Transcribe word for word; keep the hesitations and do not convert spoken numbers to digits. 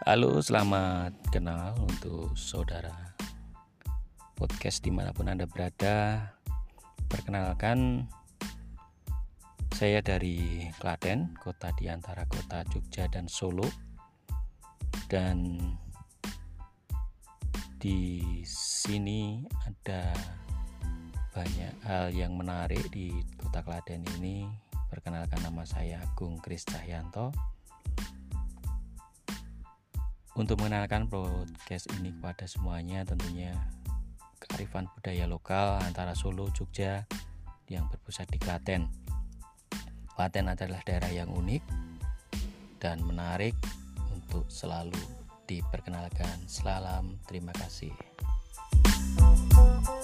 Halo, selamat kenal untuk saudara podcast dimanapun Anda berada. Perkenalkan, saya dari Klaten, kota di antara kota Jogja dan Solo. Dan di sini ada banyak hal yang menarik di kota Klaten ini. Perkenalkan, nama saya Agung Kris Cahyanto. Untuk mengenalkan podcast ini kepada semuanya, tentunya kearifan budaya lokal antara Solo, Jogja yang berpusat di Klaten. Klaten adalah daerah yang unik dan menarik untuk selalu diperkenalkan. Salam, terima kasih.